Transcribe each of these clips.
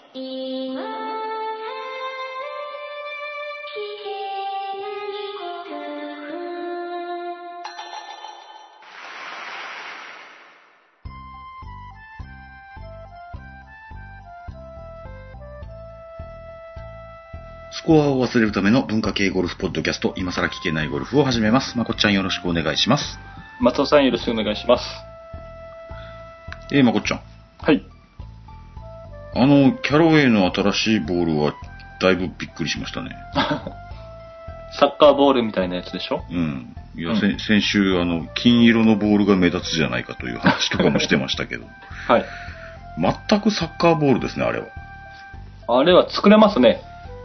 スコアを忘れるための文化系ゴルフポッドキャスト、今更聞けないゴルフを始めます。まこっちゃんよろしくお願いします。 松尾さんよろしくお願いします。 まこっちゃん。 はい。 キャロウェイの新しいボールはだいぶびっくりしましたね。 サッカーボールみたいなやつでしょ？ うん。いや、先週、金色のボールが目立つじゃないかという話とかもしてましたけど。 はい。 全くサッカーボールですね、あれは。 あれは作れますね。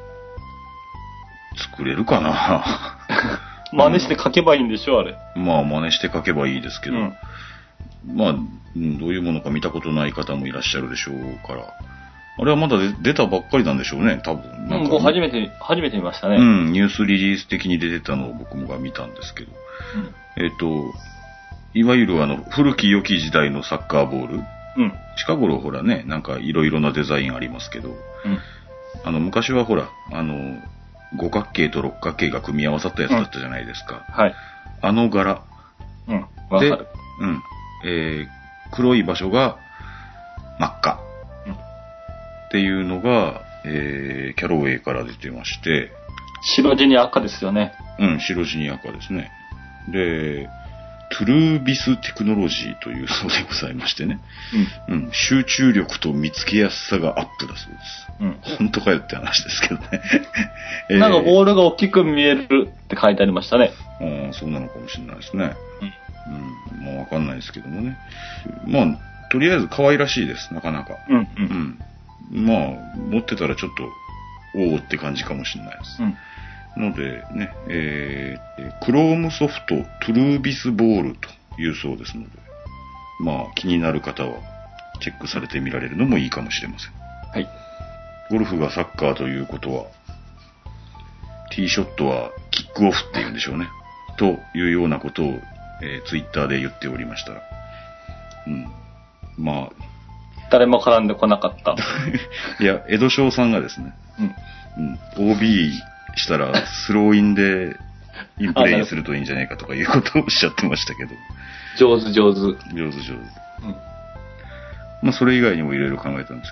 作れるかな真似して書けばいいんでしょ、あれ。 まあ、真似して書けばいいですけど。まあ、どういうものか見たことない方もいらっしゃるでしょうから。あれはまだ出たばっかりなんでしょうね、多分。 僕初めて見ましたね。 うん、ニュースリリース的に出てたのを僕もが見たんですけど。いわゆる古き良き時代のサッカーボール。近頃ほらね、なんかいろいろなデザインありますけど。昔はほら、五角形と六角形が組み合わさったやつだったじゃないですか。 はい。 柄。 わかる。 黒い場所が真っ赤。っていうのが、キャロウェイから出てまして。 白地に赤ですよね。 白地に赤ですね。で、トゥルービステクノロジーというそうでございましてね。集中力と見つけやすさがアップだそうです。本当かよって話ですけどね。 なんかボールが大きく見えるって書いてありましたね。 そうなのかもしれないですね。まあわかんないですけどもね。まあ、とりあえず可愛らしいです、なかなか。まあ、持ってたらちょっと、おーって感じかもしれないです。のでね、クロームソフトトゥルービスボールというそうですので、まあ気になる方はチェックされてみられるのもいいかもしれません。 はい。 ゴルフがサッカーということは、ティーショットはキックオフっていうんでしょうね。というようなことを、ツイッターで言っておりましたら。まあ。 誰も絡んでこなかった。 いや、江戸翔さんがですね、OB したらスローインでインプレイにするといいんじゃないかとかいうことをおっしゃってましたけど。 上手。 まあそれ以外にもいろいろ考えたんです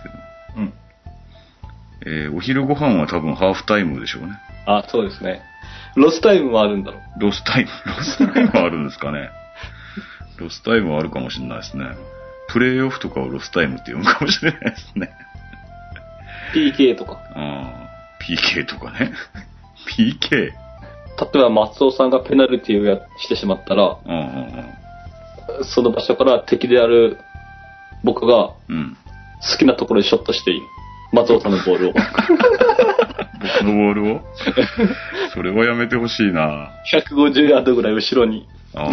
けど。お昼ご飯は多分ハーフタイムでしょうね。 あ、そうですね。ロスタイムもあるんだろう。 ロスタイムはあるんですかね。ロスタイムはあるかもしれないですね。プレイオフとかをロスタイムって読むかもしれないですね。 PK とか。 PK とかね。PK？ 例えば松尾さんがペナルティをしてしまったら、その場所から敵である僕が好きなところでショットしていい。松尾さんのボールを。 僕のボールをそれはやめてほしいな。 150ヤードぐらい後ろに。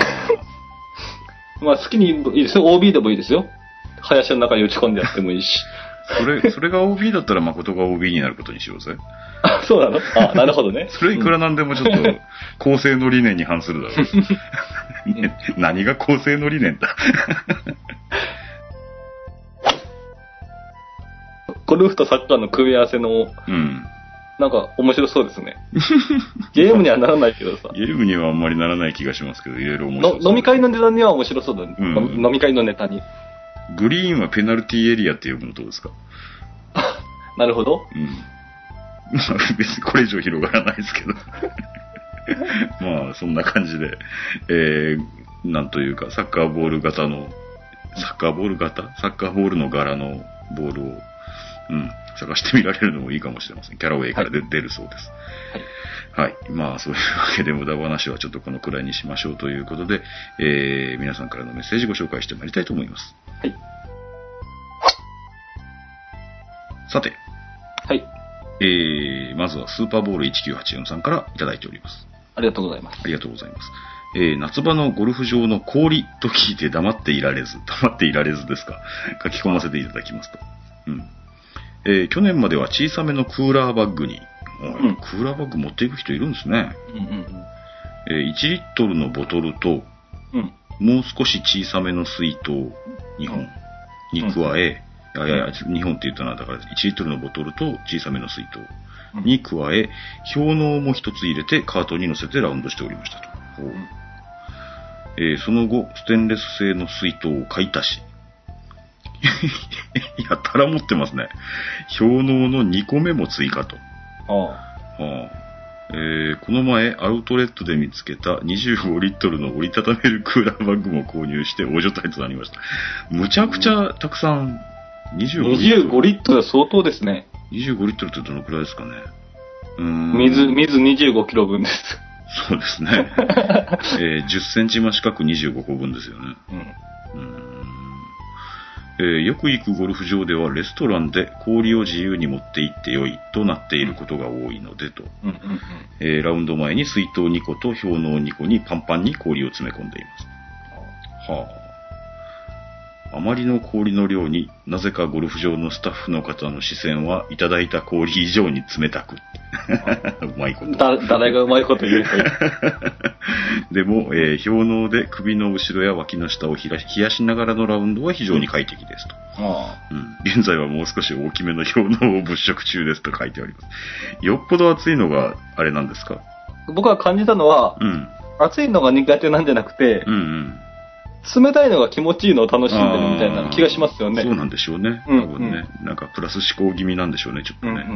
まあ好きにいいですよ。OB でもいいですよ。林の中に打ち込んでやってもいいし。 それが OB だったら誠が OB になることにしようぜ。 あ、そうなの？なるほどね。 それいくらなんでもちょっと構成の理念に反するだろう。何が構成の理念だ。 ゴルフとサッカーの組み合わせの、なんか面白そうですね。ゲームにはならないけどさ。 ゲームにはあんまりならない気がしますけど、いろいろ面白そう。 飲み会のネタには面白そうだね。飲み会のネタに。 グリーンはペナルティーエリアって呼ぶのどうですか？ なるほど。 別にこれ以上広がらないですけど。まあ、そんな感じで、なんというか、サッカーボールの柄のボールを、探してみられるのもいいかもしれません。キャラウェイから出るそうです。はい。まあ、そういうわけで無駄話はちょっとこのくらいにしましょうということで、皆さんからのメッセージご紹介してまいりたいと思います。 はい。 さて。 はい。 まずはスーパーボール1984さんからいただいております。 ありがとうございます。 ありがとうございます。夏場のゴルフ場の氷と聞いて黙っていられずですか。書き込ませていただきますと。去年までは小さめのクーラーバッグに、クーラーバッグ持っていく人いるんですね。1リットルのボトルと、もう少し小さめの水筒2本に加え、 いや、2本って言ったのは、だから1リットルのボトルと小さめの水筒に加え、氷嚢も一つ入れてカートに乗せてラウンドしておりましたと。その後、ステンレス製の水筒を買い足し、やたら持ってますね。氷嚢の2個目も追加と。この前、アウトレットで見つけた25リットルの折りたためるクーラーバッグも購入して大所帯となりました。むちゃくちゃたくさん、 25リットルは相当ですね。 25リットルってどのくらいですかね。 水25キロ分です。 そうですね。10センチ真四角25個分ですよね。よく行くゴルフ場ではレストランで氷を自由に持って行ってよいとなっていることが多いのでと、ラウンド前に水筒2個と氷嚢2個にパンパンに氷を詰め込んでいます。あまりの氷の量になぜかゴルフ場のスタッフの方の視線はいただいた氷以上に冷たくうまいこと誰がうまいこと言うとでも、氷嚢で首の後ろや脇の下を冷やしながらのラウンドは非常に快適ですと、現在はもう少し大きめの氷嚢を物色中ですと書いてあります。よっぽど暑いのがあれなんですか？ 僕が感じたのは、暑いのが苦手なんじゃなくて、冷たいのが気持ちいいのを楽しんでるみたいな気がしますよね。 そうなんでしょうね。多分ね。なんかプラス思考気味なんでしょうね、ちょっとね。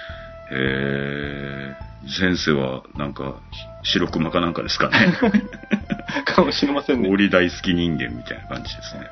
前世はなんか白熊かなんかですかね。 かもしれませんね。 氷大好き人間みたいな感じですね。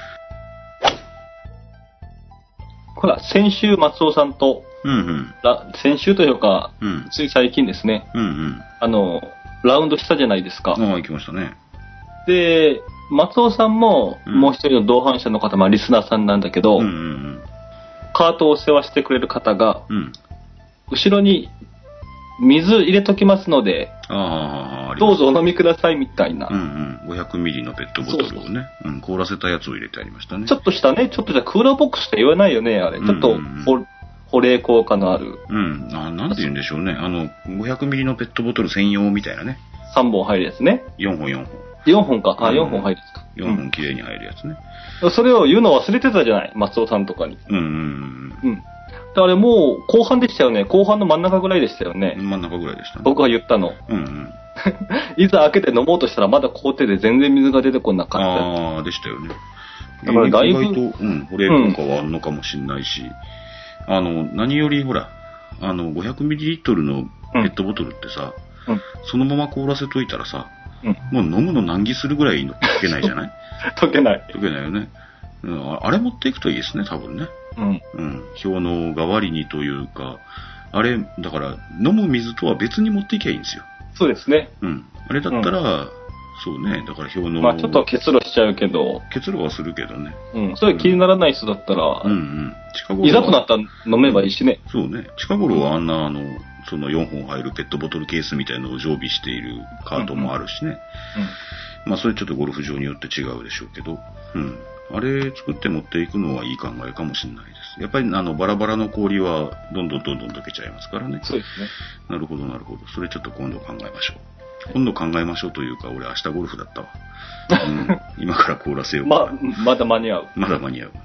ほら、先週松尾さんと、先週というか、つい最近ですね、ラウンドしたじゃないですか。 行きましたね。 で、松尾さんも、もう一人の同伴者の方、リスナーさんなんだけど、カートをお世話してくれる方が、後ろに水入れときますので、どうぞお飲みくださいみたいな。 500ミリのペットボトルをね、凍らせたやつを入れてありましたね。 ちょっとしたクーラーボックスって言わないよね、あれ。ちょっと保冷効果のある。 なんて言うんでしょうね。500ミリのペットボトル専用みたいなね。 3本入るやつね。 4本。 4本か。4本入るやつか。 4本きれいに入るやつね。 それを言うの忘れてたじゃない、松尾さんとかに。あれもう後半でしたよね。後半の真ん中ぐらいでしたよね。 真ん中ぐらいでしたね。 僕が言ったの。いざ開けて飲もうとしたらまだ凍ってて全然水が出てこなかった。 でしたよね。 だからだいぶ。 意外と、保冷効果はあるのかもしれないし、何よりほら、500ミリリットルのペットボトルってさ、そのまま凍らせといたらさ、もう飲むの難儀するぐらいの溶けないじゃない？ 溶けない。 溶けないよね。あれ持っていくといいですね、多分ね。氷嚢代わりにというか、あれ、だから、飲む水とは別に持っていきゃいいんですよ。 そうですね。 あれだったら、そうね、だから氷嚢。 ちょっと結露しちゃうけど。 結露はするけどね。 それ気にならない人だったら、 近頃いざとなったら飲めばいいしね。 そうね。近頃はあんな、その4本入るペットボトルケースみたいなのを常備しているカートもあるしね。それちょっとゴルフ場によって違うでしょうけど、あれ作って持っていくのはいい考えかもしれないです。やっぱりバラバラの氷はどんどん溶けちゃいますからね。 そうですね。 なるほど。それちょっと今度考えましょう。今度考えましょうというか、俺明日ゴルフだったわ。今から凍らせようかな。 まだ間に合う。 まだ間に合う。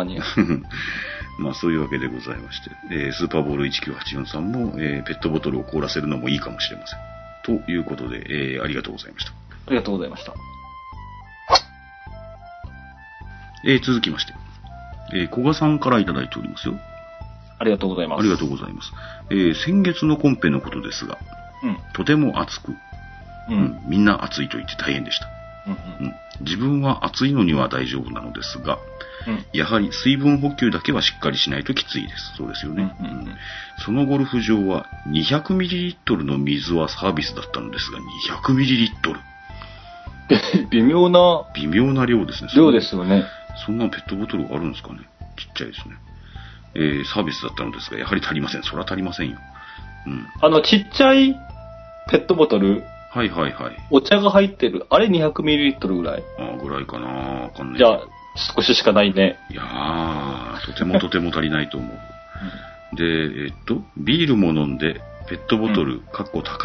そういうわけでございまして、スーパーボール1984さんも、ペットボトルを凍らせるのもいいかもしれません。ということで、ありがとうございました。 ありがとうございました。 続きまして、古賀さんからいただいておりますよ。 ありがとうございます。 ありがとうございます。先月のコンペのことですが、とても暑く、みんな暑いと言って大変でした。自分は暑いのには大丈夫なのですが、やはり水分補給だけはしっかりしないときついです。そうですよね。そのゴルフ場は200ミリリットルの水はサービスだったのですが、200ミリリットル。 微妙な量ですね。 量ですよね。 そんなペットボトルがあるんですかね。ちっちゃいですね。サービスだったのですが、やはり足りません。それは足りませんよ。 ちっちゃいペットボトル。お茶が入ってる。あれ200ミリリットルぐらい。 ぐらいかな。わかんない。 じゃあ、少ししかないね。 いやー、とても足りないと思う。で、ビールも飲んで、ペットボトル、高い、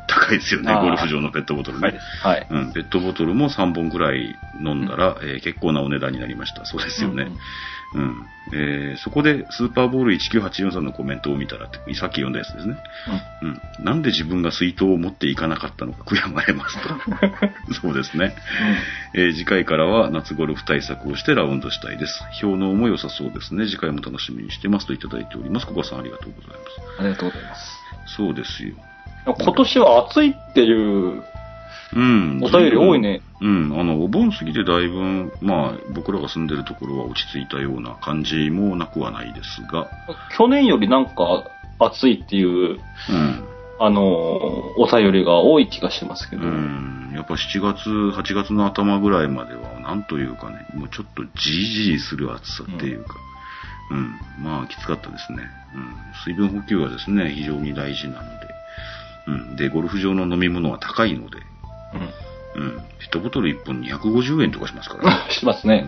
高いですよね、ゴルフ場のペットボトルね。 はい。 うん、ペットボトルも3本くらい飲んだら、結構なお値段になりました。そうですよね。そこでスーパーボール19843のコメントを見たら、さっき読んだやつですね。なんで自分が水筒を持っていかなかったのか悔やまれますと。そうですね。次回からは夏ゴルフ対策をしてラウンドしたいです。評能も良さそうですね。次回も楽しみにしてますといただいております。小川さんありがとうございます。 ありがとうございます。 そうですよ。 今年は暑いっていうお便り多いね。 お盆過ぎてだいぶ、僕らが住んでるところは落ち着いたような感じもなくはないですが。 去年よりなんか暑いっていう、お便りが多い気がしますけど。 やっぱ7月、8月の頭ぐらいまでは、なんというかね、もうちょっとじりじりする暑さっていうか、きつかったですね。水分補給はですね、非常に大事なので、で、ゴルフ場の飲み物は高いので、ペットボトル1本250円とかしますからね。しますね。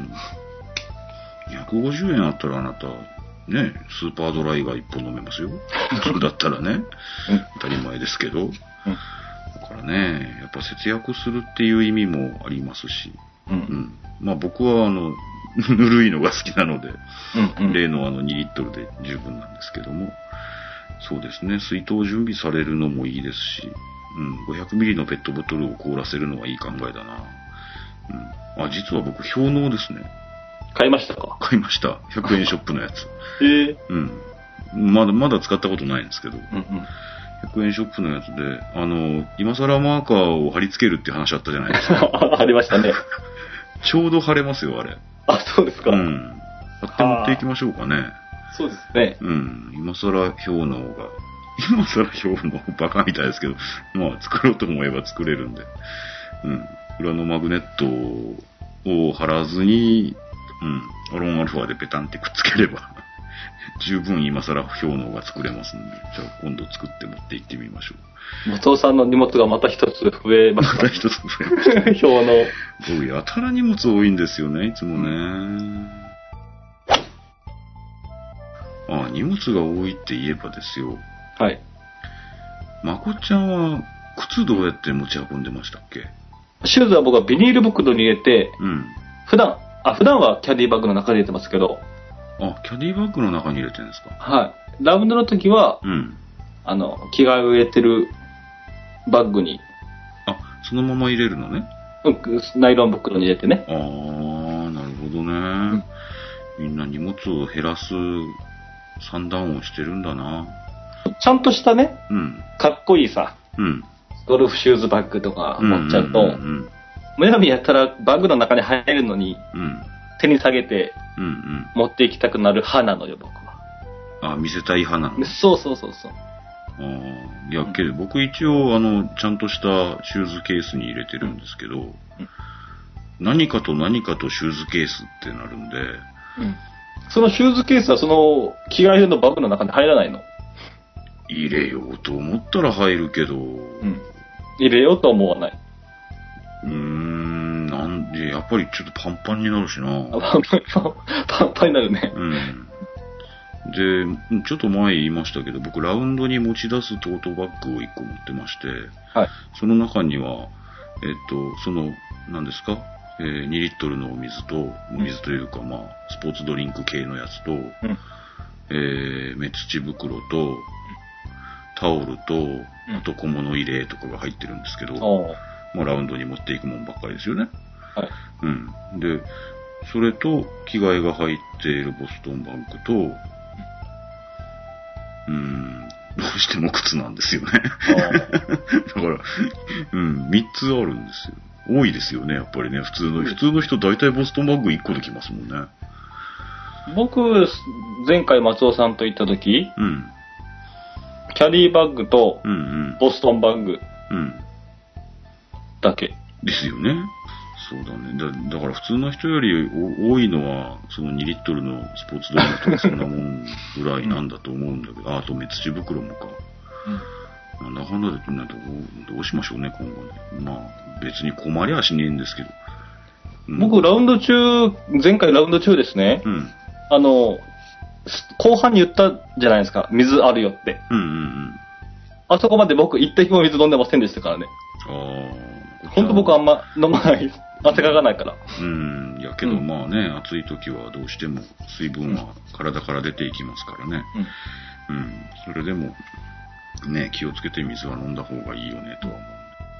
250円あったらあなた、ね、スーパードライが1本飲めますよ。それだったらね、当たり前ですけど。だからね、やっぱ節約するっていう意味もありますし、僕はぬるいのが好きなので、例の2リットルで十分なんですけども、そうですね、水筒準備されるのもいいですし、500ミリのペットボトルを凍らせるのはいい考えだな。実は僕、氷嚢ですね。 買いましたか？ 買いました。100円ショップのやつ。まだ使ったことないんですけど、100円ショップのやつで、今更マーカーを貼り付けるって話あったじゃないですか。 ありましたね。 ちょうど貼れますよ、あれ。 あ、そうですか。 貼って持っていきましょうかね。 そうですね。 今更氷嚢バカみたいですけど、作ろうと思えば作れるんで。裏のマグネットを貼らずに、アロンアルファでペタンってくっつければ、十分今更氷嚢が作れますんで、じゃあ今度作って持って行ってみましょう。元尾さんの荷物がまた一つ増えました。 また一つ増えました。 氷嚢。 僕やたら荷物多いんですよね、いつもね。荷物が多いって言えばですよ。 はい。 まこちゃんは靴どうやって持ち運んでましたっけ？ シューズは僕はビニール袋に入れて、普段はキャディバッグの中に入れてますけど。 キャディバッグの中に入れてるんですか？ はい。ラウンドの時は、着替えを入れてるバッグに。 そのまま入れるのね。 ナイロン袋に入れてね。 なるほどね。みんな荷物を減らす算段をしてるんだな。 ちゃんとしたね、かっこいいさ、ゴルフシューズバッグとか持っちゃうと、むやみやったらバッグの中に入るのに、手に下げて、持っていきたくなる派なのよ、僕は。 見せたい派なの？ そう。 いや、けど僕一応、ちゃんとしたシューズケースに入れてるんですけど、何かと何かとシューズケースってなるんで、 そのシューズケースはその着替えのバッグの中に入らないの？ 入れようと思ったら入るけど、 入れようとは思わない。 なんで、やっぱりちょっとパンパンになるしな。 パンパンになるね。 で、ちょっと前言いましたけど、僕ラウンドに持ち出すトートバッグを1個持ってまして、その中には、何ですか2リットルのお水というか、スポーツドリンク系のやつと、目土袋と、タオルと、あと小物入れとかが入ってるんですけど、ラウンドに持っていくもんばっかりですよね。で、それと、着替えが入っているボストンバッグと、どうしても靴なんですよね。だから、3つあるんですよ。多いですよね、やっぱりね。普通の人大体ボストンバッグ1個できますもんね。 僕、前回松尾さんと行った時、キャディバッグとボストンバッグだけ。 ですよね。そうだね。だから普通の人より多いのは、その2リットルのスポーツドリンクとかそんなもんぐらいなんだと思うんだけど、あと目土袋もか。なんだかんだでどうしましょうね、今後ね。別に困りはしねえんですけど。 僕、前回ラウンド中ですね。後半に言ったじゃないですか。水あるよって。 あそこまで僕一滴も水飲んでませんでしたからね。ほんと僕あんま飲まない。汗かかないから。 いやけどまあね、暑い時はどうしても水分は体から出ていきますからね。それでも、ね、気をつけて水は飲んだ方がいいよね、とは思う。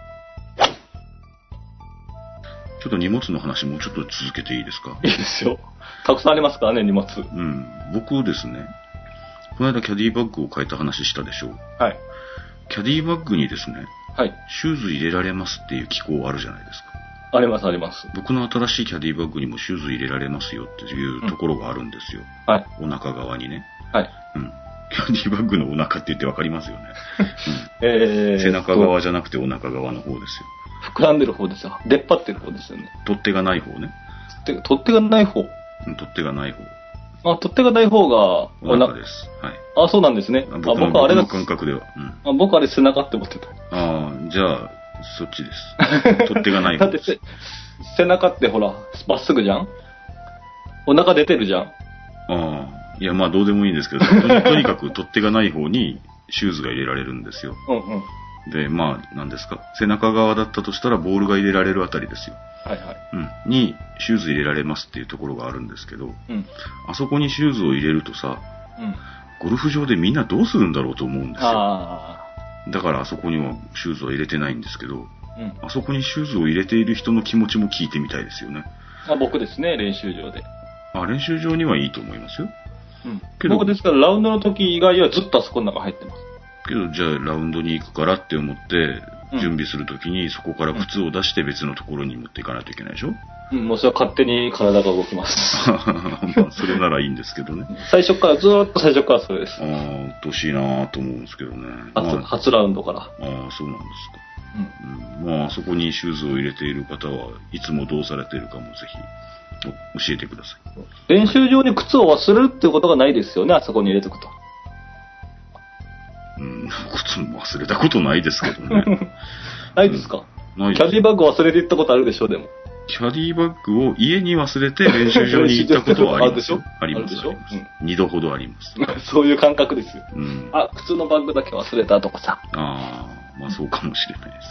ちょっと荷物の話もうちょっと続けていいですか？ いいですよ。たくさんありますからね、荷物。 僕ですね、この間キャディバッグを変えた話したでしょう。 はい。 キャディバッグにですね、 はい。 シューズ入れられますっていう機構あるじゃないですか。 あります、あります。 僕の新しいキャディバッグにもシューズ入れられますよっていうところがあるんですよ。 はい。 お腹側にね。 はい。 キャディバッグのお腹って言ってわかりますよね。背中側じゃなくてお腹側の方ですよ。 膨らんでる方ですよ。出っ張ってる方ですよね。 取っ手がない方ね。 取っ手がない方。 取っ手がない方。 取っ手がない方がお腹です。はい。 そうなんですね。 僕はあれの感覚では。 僕あれ背中って思ってた。 じゃあ、そっちです。取っ手がない方。 だって背中ってほら、まっすぐじゃん？お腹出てるじゃん。 いや、まあどうでもいいんですけど、とにかく取っ手がない方にシューズが入れられるんですよ。で、まあ、何ですか。背中側だったとしたらボールが入れられるあたりですよ。 はいはい。 に、シューズ入れられますっていうところがあるんですけど、あそこにシューズを入れるとさ、ゴルフ場でみんなどうするんだろうと思うんですよ。だからあそこにはシューズは入れてないんですけど、あそこにシューズを入れている人の気持ちも聞いてみたいですよね。 僕ですね、練習場で。 練習場にはいいと思いますよ。 けど僕ですから、ラウンドの時以外はずっとあそこの中入ってます。 けど、じゃあ、ラウンドに行くからって思って、準備するときに、そこから靴を出して別のところに持っていかないといけないでしょ？ もうそれは勝手に体が動きます。 それならいいんですけどね。 最初から、ずーっと最初からそれです。 うっとうしいなぁと思うんですけどね。 初ラウンドから。 そうなんですか。あそこにシューズを入れている方はいつもどうされているかもぜひ教えてください。練習場に靴を忘れるっていうことがないですよね、あそこに入れとくと。 靴も忘れたことないですけどね。 ないですか？ ないです。 キャディバッグ忘れて行ったことあるでしょ、でも。 キャディバッグを家に忘れて練習場に行ったことはありますよ。あります。2度ほどあります。 そういう感覚ですよ。靴のバッグだけ忘れたとかさ。 まあそうかもしれないです。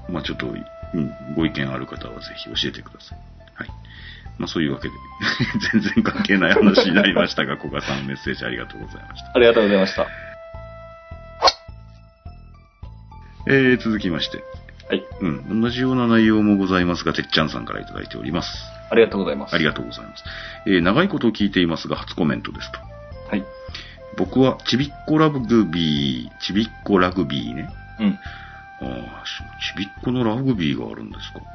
まあちょっと、ご意見ある方はぜひ教えてください。はい。まあそういうわけで、全然関係ない話になりましたが、古賀さんメッセージありがとうございました。 ありがとうございました。 続きまして。 はい。 同じような内容もございますが、てっちゃんさんからいただいております。 ありがとうございます。 ありがとうございます。長いことを聞いていますが、初コメントですと。 はい。 僕は、ちびっこラグビーね。ちびっこのラグビーがあるんですか。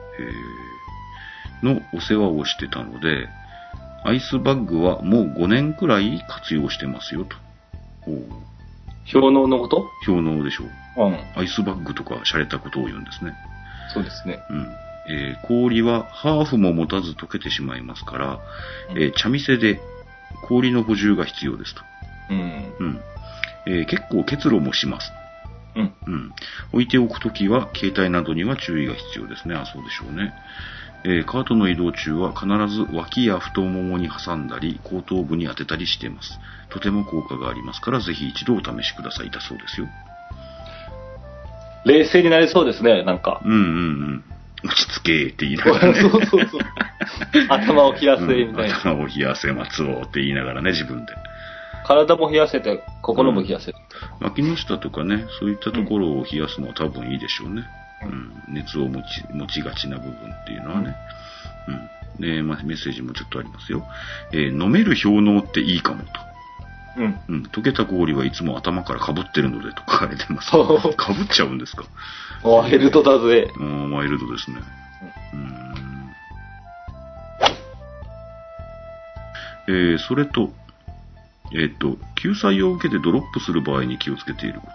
のお世話をしてたので、アイスバッグはもう5年くらい活用してますよと。 氷のうのこと？ 氷のうでしょう。アイスバッグとか洒落たことを言うんですね。 そうですね。 氷はハーフも持たず溶けてしまいますから、茶店で氷の補充が必要ですと。結構結露もします。置いておくときは携帯などには注意が必要ですね。そうでしょうね。カートの移動中は必ず脇や太ももに挟んだり後頭部に当てたりしています。とても効果がありますからぜひ一度お試しくださいだそうですよ。 冷静になりそうですね、なんか。 落ち着けって言いながらね。 そう。頭を冷やせみたいな。 頭を冷やせ松尾って言いながらね、自分で。 体も冷やせて、心も冷やせる。 脇の下とかね、そういったところを冷やすのは多分いいでしょうね。熱を持ちがちな部分っていうのはね。で、メッセージもちょっとありますよ。飲める氷のうっていいかもと。溶けた氷はいつも頭から被ってるのでと書かれてます。被っちゃうんですか？ ワイルドだぜ。 ワイルドですね。それと、救済を受けてドロップする場合に気をつけていること。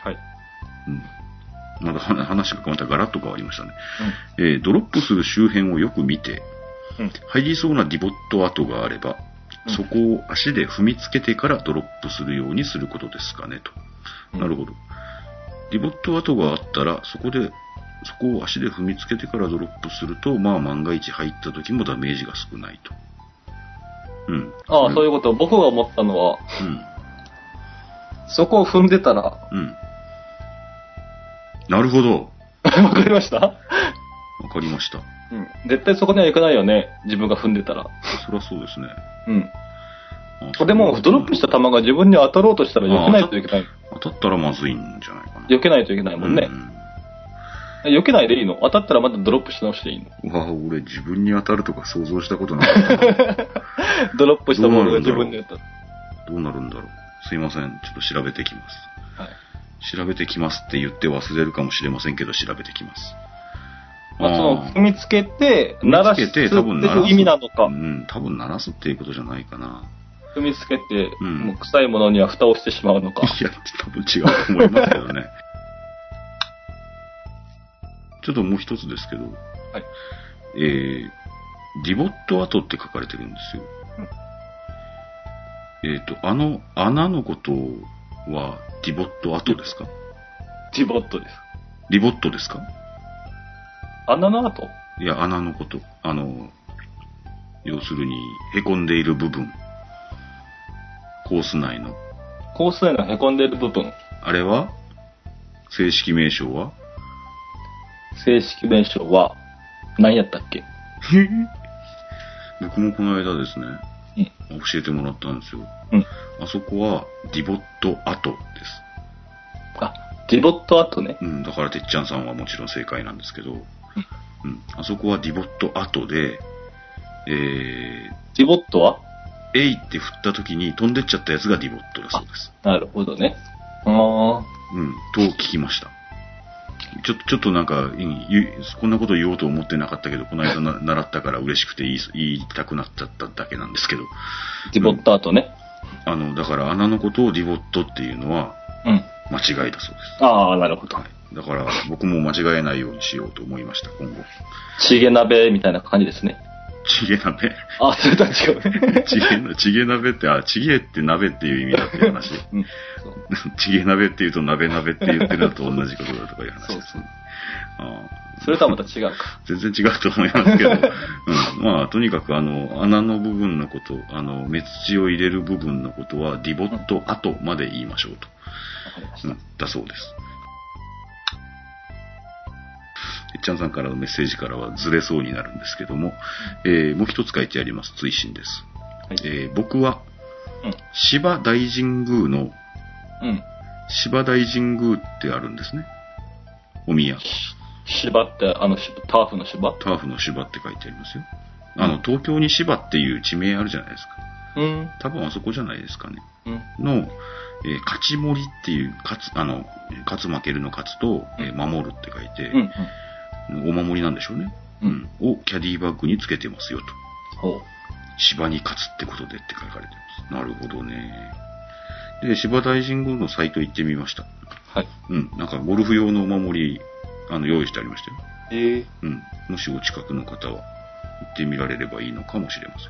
はい。 まだ話がまたガラッと変わりましたね。ドロップする周辺をよく見て、入りそうなディボット跡があれば、そこを足で踏みつけてからドロップするようにすることですかねと。なるほど。ディボット跡があったら、そこを足で踏みつけてからドロップすると、まあ万が一入った時もダメージが少ないと。 そういうこと。僕が思ったのは、そこを踏んでたら、 なるほど。 わかりました？ わかりました。 うん。絶対そこには行かないよね。自分が踏んでたら。 そりゃそうですね。 うん。でも、ドロップした球が自分に当たろうとしたら避けないといけない。 当たったらまずいんじゃないかな。 避けないといけないもんね。避けないでいいの？当たったらまたドロップし直していいの？ わあ、俺自分に当たるとか想像したことなかった。 ドロップしたボールが自分に当たる。 どうなるんだろう。すいません。ちょっと調べてきます。 はい。 調べてきますって言って忘れるかもしれませんけど、調べてきます。 まあ、その、踏みつけて、鳴らすっていう意味なのか。 うん、多分鳴らすっていうことじゃないかな。 踏みつけて、もう臭いものには蓋をしてしまうのか。 いや、多分違うと思いますけどね。ちょっともう一つですけど、 はい。 ディボット跡って書かれてるんですよ。穴のことはディボット跡ですか？ ディボットです。 リボットですか？ 穴の跡？ いや、穴のこと。要するに、凹んでいる部分。コース内の。 コース内の凹んでいる部分。 あれは正式名称は？ 正式名称は、何やったっけ？ 僕もこの間ですね、教えてもらったんですよ。あそこはディボット跡です。 あ、ディボット跡ね。 だからてっちゃんさんはもちろん正解なんですけど、あそこはディボット跡で、 ディボットはえいって振った時に飛んでっちゃったやつがディボットだそうです。 なるほどね。 と聞きました。ちょっとなんか、こんなこと言おうと思ってなかったけど、この間習ったから嬉しくて言いたくなっちゃっただけなんですけど。 ディボット跡ね。 だから穴のことをディボットっていうのは、間違いだそうです。 ああ、なるほど。はい。 だから僕も間違えないようにしようと思いました、今後。 チゲ鍋みたいな感じですね。 チゲ鍋？ あ、それとは違うね。 チゲ鍋って、チゲって鍋っていう意味だっていう話。チゲ鍋って言うと鍋って言ってるのと同じことだとかいう話ですね。 それとはまた違うか。 全然違うと思いますけど。まあ、とにかく穴の部分のこと、目土を入れる部分のことはディボット跡まで言いましょうと。 わかりました。 だそうです。てっちゃんさんからのメッセージからはずれそうになるんですけども、もう一つ書いてあります。追伸です。はい、僕は、芝大神宮の、芝大神宮ってあるんですね。お宮。 芝って、ターフの芝？ ターフの芝って書いてありますよ。東京に芝っていう地名あるじゃないですか。多分あそこじゃないですかね。の、勝ち盛りっていう、勝つ負けるの勝つと、守るって書いて、お守りなんでしょうね。をキャディバッグにつけてますよと。芝に勝つってことでって書かれてます。なるほどね。で、芝大神宮のサイト行ってみました。 はい。 なんかゴルフ用のお守り、用意してありましたよ。 もしお近くの方は行ってみられればいいのかもしれま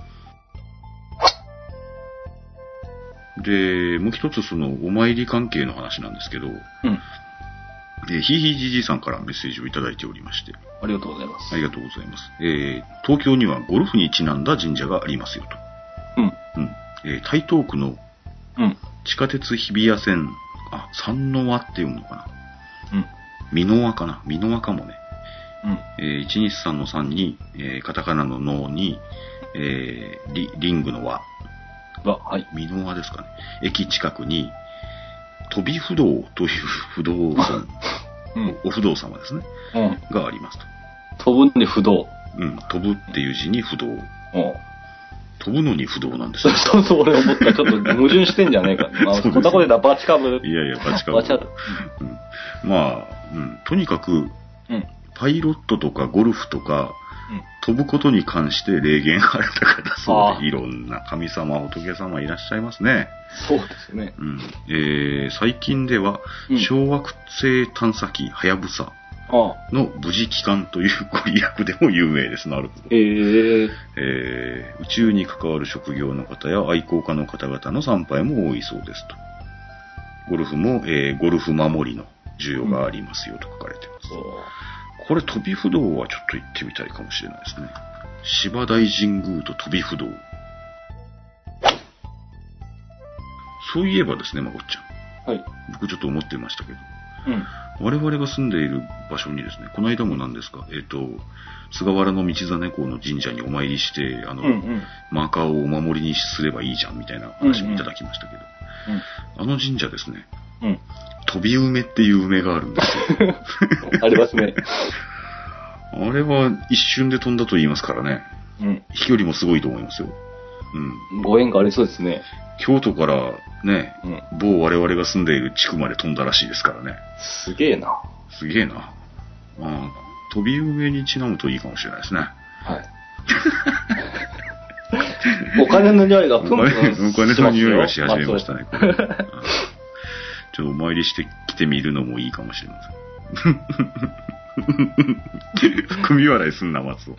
せん。で、もう一つそのお参り関係の話なんですけど、ひいひいじじいさんからメッセージをいただいておりまして。 ありがとうございます。 ありがとうございます。東京にはゴルフにちなんだ神社がありますよと。台東区の地下鉄日比谷線、三ノ輪って読むのかな。美濃輪かな。美濃輪かもね。123の3に、カタカナの脳に、リングの輪。 はい。 美濃輪ですかね。駅近くに、飛び不動という不動産、お不動様ですね。がありますと。 飛ぶに不動。 飛ぶっていう字に不動。飛ぶのに不動なんですよ。 そう、俺思った。ちょっと矛盾してんじゃねえか。こんなことでバチカブ。 いやいや、バチカブ。まあ、とにかく、パイロットとかゴルフとか、飛ぶことに関して霊言がある方そうで、いろんな神様、仏様いらっしゃいますね。 そうですね。 最近では、小惑星探査機はやぶさの無事帰還というご利益でも有名です。なるほど。宇宙に関わる職業の方や愛好家の方々の参拝も多いそうですと。ゴルフも、ゴルフ守りの需要がありますよと書かれています。これ飛び不動はちょっと行ってみたいかもしれないですね。芝大神宮と飛び不動。そういえばですね、まこっちゃん。僕ちょっと思ってましたけど。 我々が住んでいる場所にですね、この間も何ですか、菅原道真公の神社にお参りして、マーカーをお守りにすればいいじゃんみたいな話もいただきましたけど、あの神社ですね、飛び梅っていう梅があるんですよ。 ありますね。 あれは一瞬で飛んだと言いますからね。飛距離もすごいと思いますよ。 ご縁がありそうですね。 京都からね、某我々が住んでいる地区まで飛んだらしいですからね。 すげえな。 すげえな。飛び梅にちなむといいかもしれないですね。 はい。お金の匂いがプンプンしますよ。 お金の匂いがし始めましたね。ちょっとお参りしてきてみるのもいいかもしれません。含み笑いすんな、松尾。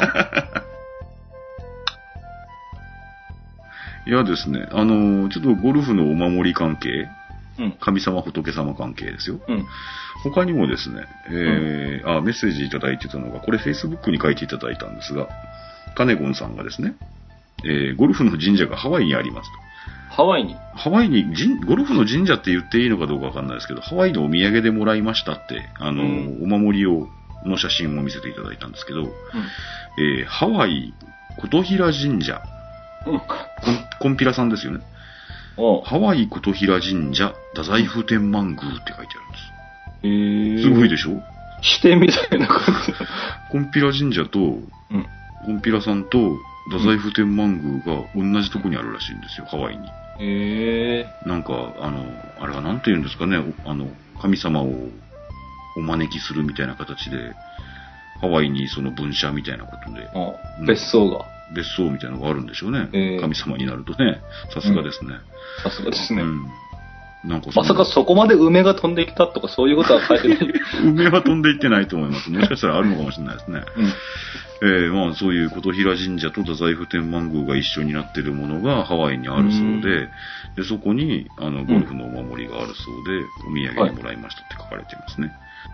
いやですね、ちょっとゴルフのお守り関係、神様仏様関係ですよ。他にもですね、メッセージいただいてたのが、これ Facebook に書いていただいたんですが、カネゴンさんがですね、ゴルフの神社がハワイにありますと。 ハワイにゴルフの神社って言っていいのかどうかわかんないですけど、ハワイのお土産でもらいましたって、お守りの写真を見せていただいたんですけど、ハワイ琴平神社、コンピラさんですよね。ハワイ琴平神社太宰府天満宮って書いてあるんです。すごいでしょ？ 支店みたいな感じ。 コンピラ神社と、コンピラさんと太宰府天満宮が同じとこにあるらしいんですよ、ハワイに。なんか、あれはなんて言うんですかね、神様をお招きするみたいな形で、ハワイにその分社みたいなことで。 別荘みたいなのがあるんでしょうね。神様になるとね。さすがですね。 さすがですね。 なんかまさかそこまで梅が飛んできたとかそういうことは書いてない。 梅は飛んでいってないと思います。もしかしたらあるのかもしれないですね。まあそういう琴平神社と太宰府天満宮が一緒になっているものがハワイにあるそうで、でそこにゴルフのお守りがあるそうで、お土産にもらいましたって書かれていますね。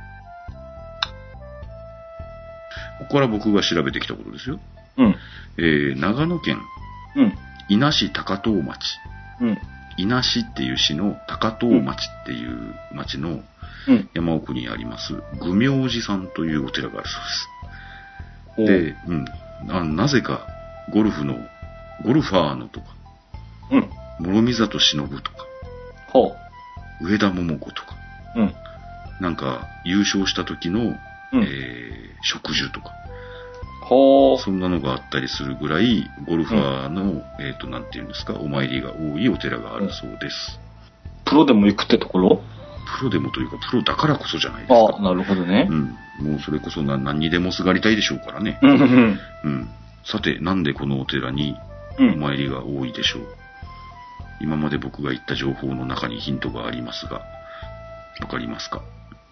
ここから僕が調べてきたことですよ。長野県、伊那市高遠町、伊那市っていう市の高遠町っていう町の山奥にあります、愚明寺さんというお寺があるそうです。で、なぜかゴルファーのとか、諸見里忍とか、上田桃子とか、なんか優勝した時の、植樹とか、そんなのがあったりするぐらい、ゴルファーの、なんていうんですか、お参りが多いお寺があるそうです。 プロでも行くってところ？ プロでもというか、プロだからこそじゃないですか。 なるほどね。 もうそれこそ何にでもすがりたいでしょうからね。さて、なんでこのお寺にお参りが多いでしょう。今まで僕が言った情報の中にヒントがありますが、わかりますか？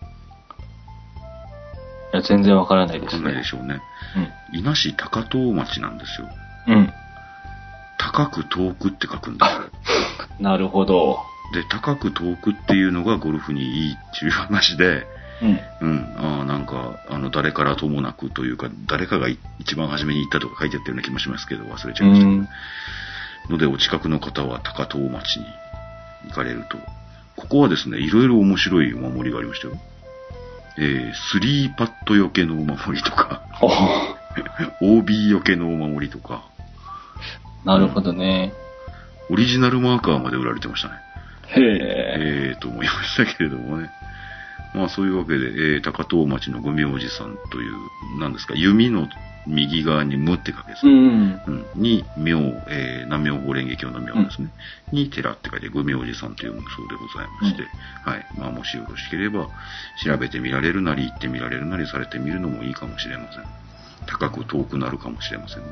いや、全然わからないですね。 わからないでしょうね。伊那市高遠町なんですよ。高く遠くって書くんですよ。 なるほど。 で、高く遠くっていうのがゴルフにいいっていう話で、なんか、誰からともなくというか、誰かが一番初めに言ったとか書いてあったような気もしますけど、忘れちゃいましたけど。ので、お近くの方は高遠町に行かれると、ここはですね、いろいろ面白いお守りがありましたよ。スリーパットよけのお守りとか、OB よけのお守りとか。 なるほどね。 オリジナルマーカーまで売られてましたね。と思いましたけれどもね。まあそういうわけで、高遠町の愚明寺さんという、何ですか、弓の右側に無って書けですね。に、明、南明法蓮華経の明ですね。に、寺って書いて、愚明寺さんというそうでございまして、はい。まあもしよろしければ、調べてみられるなり、行ってみられるなりされてみるのもいいかもしれません。高く遠くなるかもしれませんね。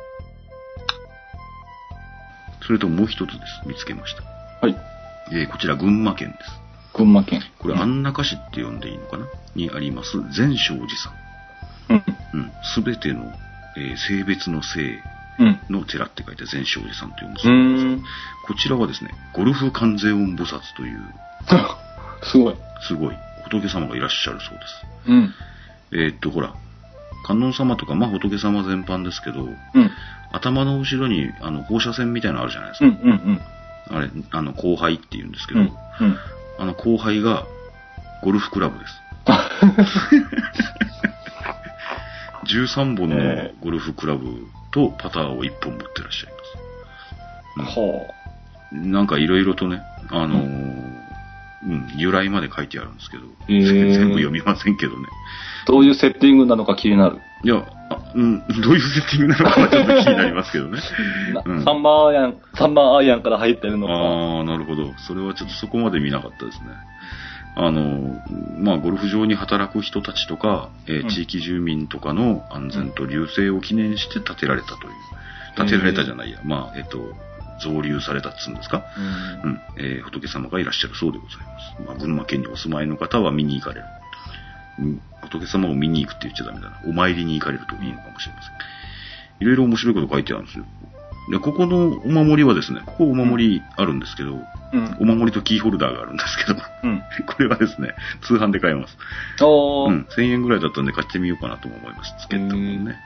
それともう一つです。見つけました。こちら群馬県です。 群馬県。 これ、安中市って呼んでいいのかなにあります、善勝寺さん。すべての、性別の性の寺って書いて善勝寺さんと読むそうです。こちらはですね、ゴルフ観世音菩薩という、 すごい。 仏様がいらっしゃるそうです。ほら、観音様とか、まあ仏様全般ですけど、頭の後ろに放射線みたいなのあるじゃないですか。あれ、光背って言うんですけど、光背がゴルフクラブです。13本のゴルフクラブとパターを1本持ってらっしゃいます。なんかいろいろとね、由来まで書いてあるんですけど、全部読みませんけどね。 どういうセッティングなのか気になる。 いや、どういうセッティングなのかはちょっと気になりますけどね。 3番アイアンから入ってるのか。 ああ、なるほど。それはちょっとそこまで見なかったですね。ゴルフ場に働く人たちとか、地域住民とかの安全と隆盛を記念して建てられたという。建てられたじゃないや。造立されたっつうんですか、仏様がいらっしゃるそうでございます。群馬県にお住まいの方は見に行かれる。仏様を見に行くって言っちゃダメだな。お参りに行かれるといいのかもしれません。いろいろ面白いこと書いてあるんですよ。で、ここのお守りはですね、ここお守りあるんですけど、お守りとキーホルダーがあるんですけど、これはですね、通販で買えます。1000円ぐらいだったんで買ってみようかなとも思います。つけたもんね。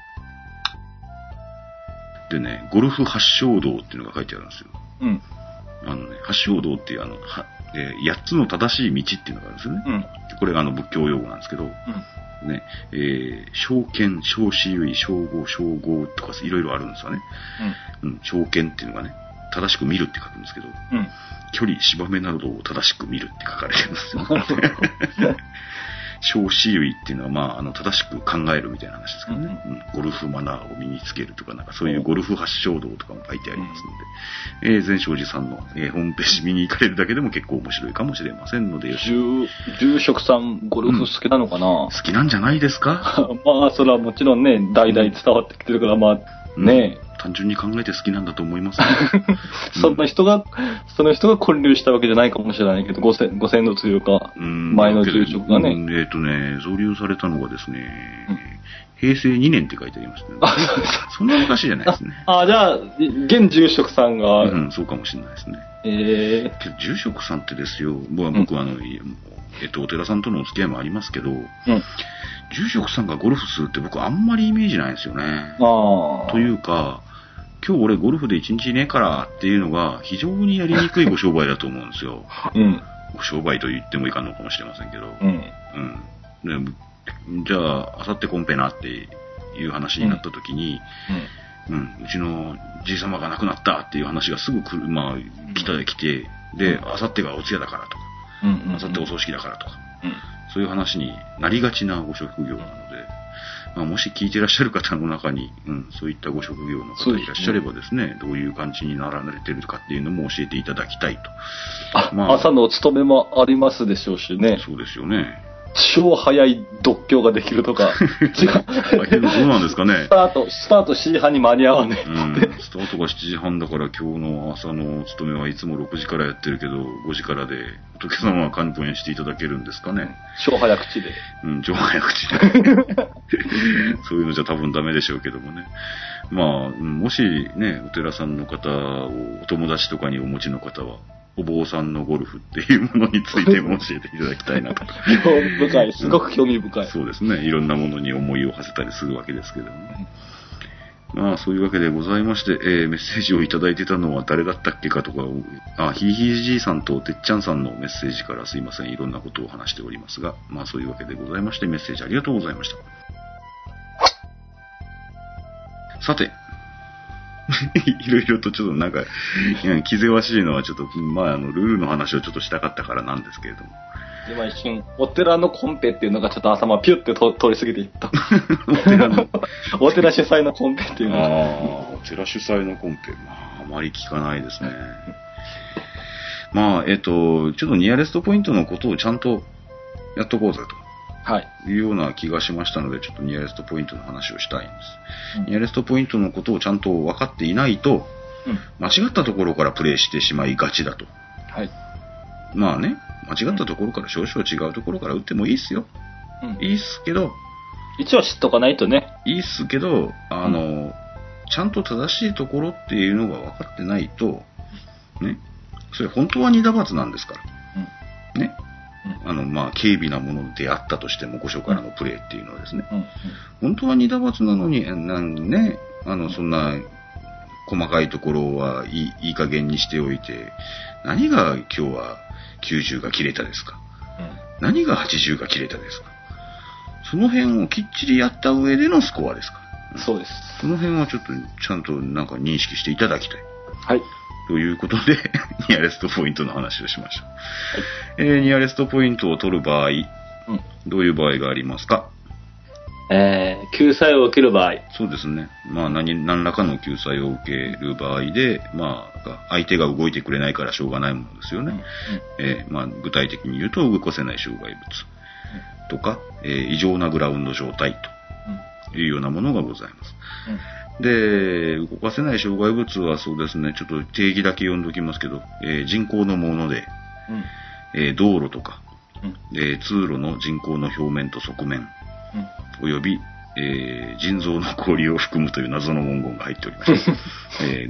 でね、ゴルフ発祥道っていうのが書いてあるんですよ。発祥道っていう8つの正しい道っていうのがあるんですよね。これが仏教用語なんですけど、ね、正見、正子類、正語、正語とかいろいろあるんですよね。正見っていうのがね、正しく見るって書くんですけど、距離、芝目などを正しく見るって書かれてるんですよ。小子類っていうのは、正しく考えるみたいな話ですけどね。ゴルフマナーを身につけるとか、なんかそういうゴルフ発祥道とかも書いてありますので、善勝寺さんの、ホームページ見に行かれるだけでも結構面白いかもしれませんので、 住職さん、ゴルフ好きなのかな、 好きなんじゃないですか。 それはもちろんね、代々伝わってきてるから、 単純に考えて好きなんだと思います、ね。 その人が建立したわけじゃないかもしれないけど、ご先祖というか、前の住職がね。 造立されたのがですね、平成2年って書いてありましたね。そんな昔じゃないですね。 じゃあ、現住職さんが。 そうかもしれないですね。住職さんってですよ、僕はお寺さんとのお付き合いもありますけど、住職さんがゴルフするって僕あんまりイメージないんですよね。というか、今日俺ゴルフで1日いねえからっていうのが非常にやりにくいご商売だと思うんですよ。ご商売と言ってもいかんのかもしれませんけど。じゃあ、あさってコンペなっていう話になった時に、うちのじい様が亡くなったっていう話がすぐ来て、で、あさってがお通夜だからとか、あさってお葬式だからとか、そういう話になりがちなご職業なので、もし聞いてらっしゃる方の中に、そういったご職業の方いらっしゃればですね、どういう感じになられてるかっていうのも教えていただきたいと。 朝のお勤めもありますでしょうしね。 そうですよね。 超早い独協ができるとか。 違う。どうなんですかね。 スタート7時半に間に合わねえ。スタートが7時半だから今日の朝のお勤めはいつも6時からやってるけど、5時からで、仏様は関東にしていただけるんですかね。 超早口で。 超早口で。そういうのじゃ多分ダメでしょうけどもね。もしね、お寺さんの方をお友達とかにお持ちの方は、お坊さんのゴルフっていうものについても教えていただきたいなと。 興味深い。すごく興味深い。 そうですね。いろんなものに思いを馳せたりするわけですけどね。そういうわけでございまして、メッセージをいただいてたのは誰だったっけかとか、ひいひいじいさんとてっちゃんさんのメッセージからすいません。いろんなことを話しておりますが、そういうわけでございまして、メッセージありがとうございました。さて、いろいろとちょっとなんか、気ぜわしいのはちょっと、ルールの話をちょっとしたかったからなんですけれども。 今一瞬、お寺のコンペっていうのがちょっと頭ピュッて通り過ぎていった。お寺主催のコンペっていうのが。 お寺主催のコンペ。あまり聞かないですね。ちょっとニアレストポイントのことをちゃんとやっとこうぜと。いうような気がしましたので、ちょっとニアレストポイントの話をしたいんです。ニアレストポイントのことをちゃんと分かっていないと、間違ったところからプレイしてしまいがちだと。間違ったところから少々違うところから打ってもいいっすよ。いいっすけど、 一応知っとかないとね。 いいっすけど、ちゃんと正しいところっていうのが分かってないと、ね、それ本当は二打罰なんですから。ね。軽微なものであったとしても、御所からのプレーっていうのはですね、本当は二打罰なのに、そんな細かいところはいい加減にしておいて、何が今日は90が切れたですか。 何が80が切れたですか。その辺をきっちりやった上でのスコアですか。 そうです。 その辺はちょっとちゃんとなんか認識していただきたい。 はい。 ということで、ニアレストポイントの話をしましょう。はい、ニアレストポイントを取る場合、どういう場合がありますか？ 救済を受ける場合。 そうですね。まあ何らかの救済を受ける場合で、まあ、相手が動いてくれないからしょうがないものですよね。まあ、具体的に言うと、動かせない障害物とか、異常なグラウンド状態というようなものがございます。で、動かせない障害物はそうですね、ちょっと定義だけ読んでおきますけど、人工のもので、道路とか、通路の人工の表面と側面、および、人造の氷を含むという謎の文言が入っておりまして、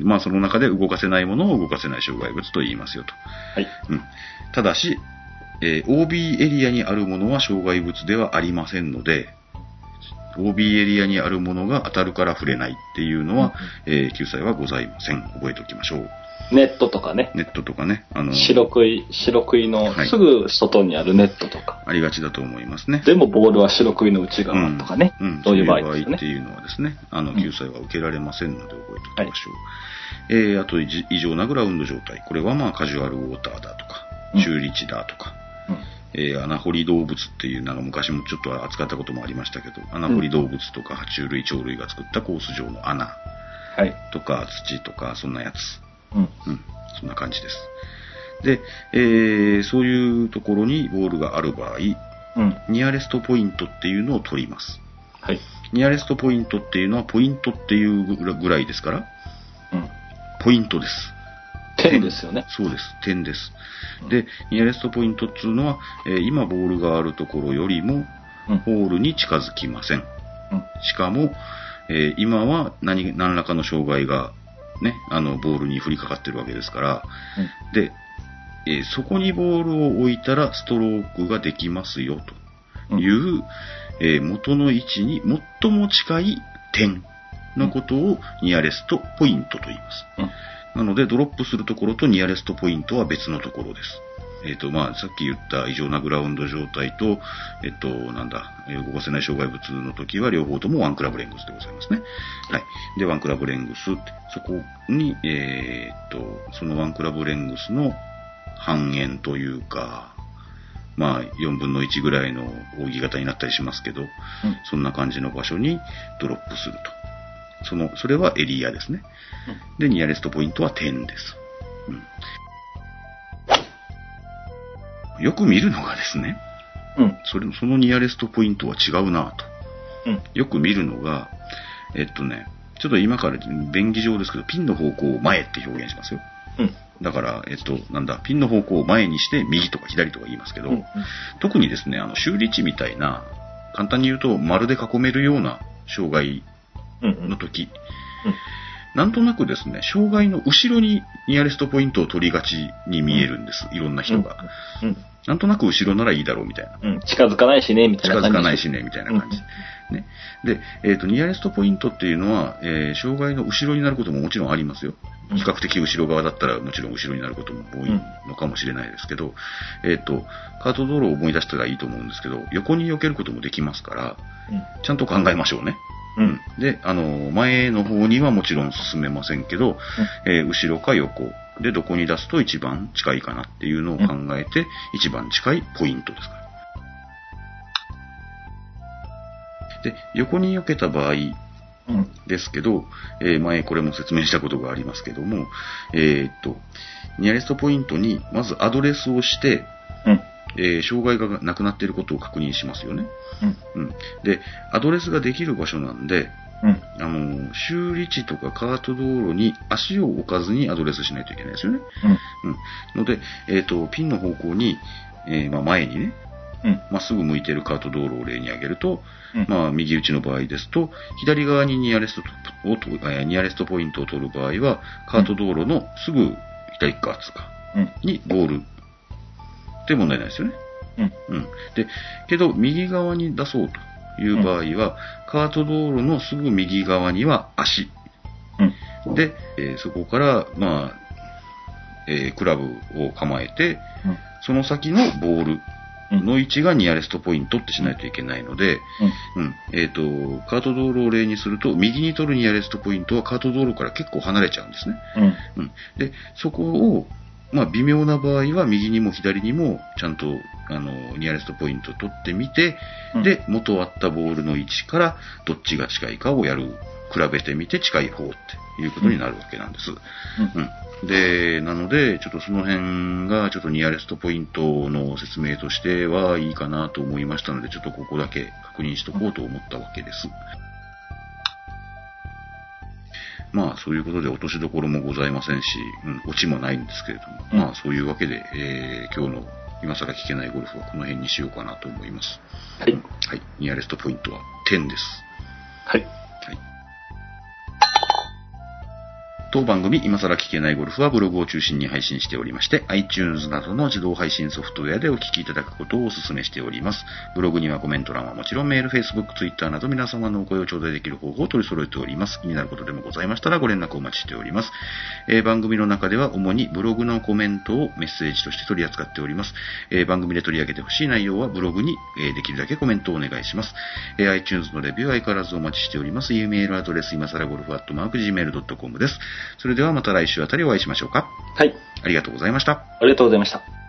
まあその中で動かせないものを動かせない障害物と言いますよと。はい。ただし、OB エリアにあるものは障害物ではありませんので、OB エリアにあるものが当たるから触れないっていうのは、救済はございません。覚えておきましょう。 ネットとかね。 ネットとかね。 白杭のすぐ外にあるネットとか。 ありがちだと思いますね。 でもボールは白杭の内側とかね。そういう場合ですね。 っていうのはですね、救済は受けられませんので覚えておきましょう。あと、異常なグラウンド状態。これはまあカジュアルウォーターだとか、中立だとか、穴掘り動物っていう、なんか昔もちょっと扱ったこともありましたけど、穴掘り動物とか爬虫類、鳥類が作ったコース上の穴とか土とか、そんなやつ。そんな感じです。で、そういうところにボールがある場合、ニアレストポイントっていうのを取ります。はい。ニアレストポイントっていうのは、ポイントっていうぐらいですから、ポイントです。 点ですよね。 そうです。点です。で、ニアレストポイントっていうのは、今ボールがあるところよりも、ホールに近づきません。しかも、今は何らかの障害がね、ボールに降りかかってるわけですから、で、そこにボールを置いたらストロークができますよという、元の位置に最も近い点のことをニアレストポイントと言います。なので、ドロップするところとニアレストポイントは別のところです。まあ、さっき言った異常なグラウンド状態と、動かせない障害物の時は両方ともワンクラブレングスでございますね。はい。で、ワンクラブレングス、そこに、そのワンクラブレングスの半円というか、まあ、4分の1ぐらいの扇形になったりしますけど、そんな感じの場所にドロップすると。それはエリアですね。で、ニアレストポイントは点です。よく見るのがですね、そのニアレストポイントは違うなと。よく見るのが、ちょっと今から便宜上ですけど、ピンの方向を前って表現しますよ。だから、ピンの方向を前にして右とか左とか言いますけど、特にですね、修理地みたいな、簡単に言うと丸で囲めるような障害の時、なんとなくですね、障害の後ろにニアレストポイントを取りがちに見えるんです。いろんな人が。なんとなく後ろならいいだろうみたいな。 近づかないしね、みたいな感じ。 近づかないしね、みたいな感じ。ね。で、ニアレストポイントっていうのは、障害の後ろになることももちろんありますよ。比較的後ろ側だったらもちろん後ろになることも多いのかもしれないですけど、カート道路を思い出したらいいと思うんですけど、横に避けることもできますから、ちゃんと考えましょうね。で、前の方にはもちろん進めませんけど、後ろか横でどこに出すと一番近いかなっていうのを考えて、一番近いポイントですから。で、横に避けた場合ですけど、前これも説明したことがありますけども、ニアレストポイントにまずアドレスをして、障害がなくなっていることを確認しますよね。で、アドレスができる場所なんで、修理地とかカート道路に足を置かずにアドレスしないといけないですよね。ので、ピンの方向に、前にね、まっすぐ向いているカート道路を例に挙げると、右打ちの場合ですと、左側にニアレストポイントを取る場合は、カート道路のすぐ左側にボールって問題ないですよね。で、けど、右側に出そうという場合は、カート道路のすぐ右側には足。で、そこから、クラブを構えて、その先のボールの位置がニアレストポイントってしないといけないので、カート道路を例にすると、右に取るニアレストポイントはカート道路から結構離れちゃうんですね。で、そこを、微妙な場合は右にも左にもちゃんとニアレストポイントを取ってみて、で、元あったボールの位置からどっちが近いかを比べてみて近い方っていうことになるわけなんです。で、なので、ちょっとその辺がちょっとニアレストポイントの説明としてはいいかなと思いましたので、ちょっとここだけ確認しとこうと思ったわけです。そういうことで落としどころもございませんし、オチもないんですけれども、そういうわけで、今日の今更聞けないゴルフはこの辺にしようかなと思います。はい。ニアレストポイントは10です。当番組今更聞けないゴルフはブログを中心に配信しておりまして、iTunes などの自動配信ソフトウェアでお聞きいただくことをお勧めしております。ブログにはコメント欄はもちろんメール、Facebook、Twitter など皆様のお声を頂戴できる方法を取り揃えております。気になることでもございましたらご連絡お待ちしております。番組の中では主にブログのコメントをメッセージとして取り扱っております。番組で取り上げてほしい内容はブログに、できるだけコメントをお願いします。iTunes のレビューは相変わらずお待ちしております。メールアドレス今更ゴルフ@gmail.com です。それではまた来週あたりお会いしましょうか。はい。ありがとうございました。 ありがとうございました。